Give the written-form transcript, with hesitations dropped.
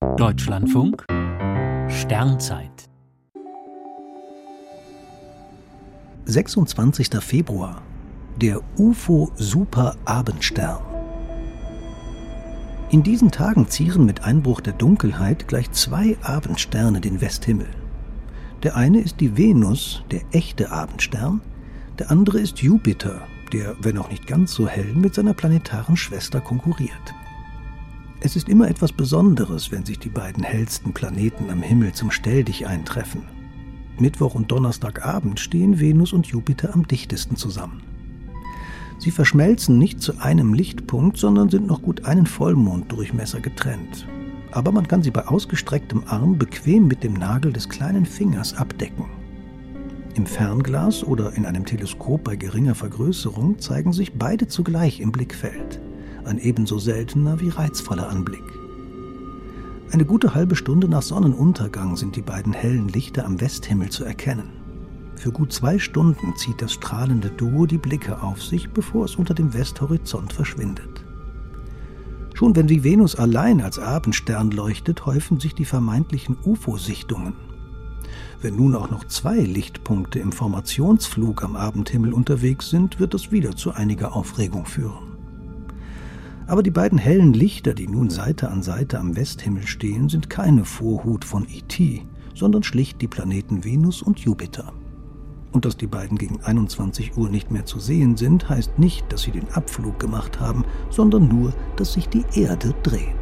Deutschlandfunk Sternzeit 26. Februar. Der UFO-Super-Abendstern. In diesen Tagen zieren mit Einbruch der Dunkelheit gleich 2 Abendsterne den Westhimmel. Der eine ist die Venus, der echte Abendstern, der andere ist Jupiter, der, wenn auch nicht ganz so hell, mit seiner planetaren Schwester konkurriert. Es ist immer etwas Besonderes, wenn sich die beiden hellsten Planeten am Himmel zum Stelldichein treffen. Mittwoch und Donnerstagabend stehen Venus und Jupiter am dichtesten zusammen. Sie verschmelzen nicht zu einem Lichtpunkt, sondern sind noch gut einen Vollmonddurchmesser getrennt. Aber man kann sie bei ausgestrecktem Arm bequem mit dem Nagel des kleinen Fingers abdecken. Im Fernglas oder in einem Teleskop bei geringer Vergrößerung zeigen sich beide zugleich im Blickfeld. Ein ebenso seltener wie reizvoller Anblick. Eine gute halbe Stunde nach Sonnenuntergang sind die beiden hellen Lichter am Westhimmel zu erkennen. Für gut 2 Stunden zieht das strahlende Duo die Blicke auf sich, bevor es unter dem Westhorizont verschwindet. Schon wenn die Venus allein als Abendstern leuchtet, häufen sich die vermeintlichen UFO-Sichtungen. Wenn nun auch noch 2 Lichtpunkte im Formationsflug am Abendhimmel unterwegs sind, wird das wieder zu einiger Aufregung führen. Aber die beiden hellen Lichter, die nun Seite an Seite am Westhimmel stehen, sind keine Vorhut von E.T., sondern schlicht die Planeten Venus und Jupiter. Und dass die beiden gegen 21 Uhr nicht mehr zu sehen sind, heißt nicht, dass sie den Abflug gemacht haben, sondern nur, dass sich die Erde dreht.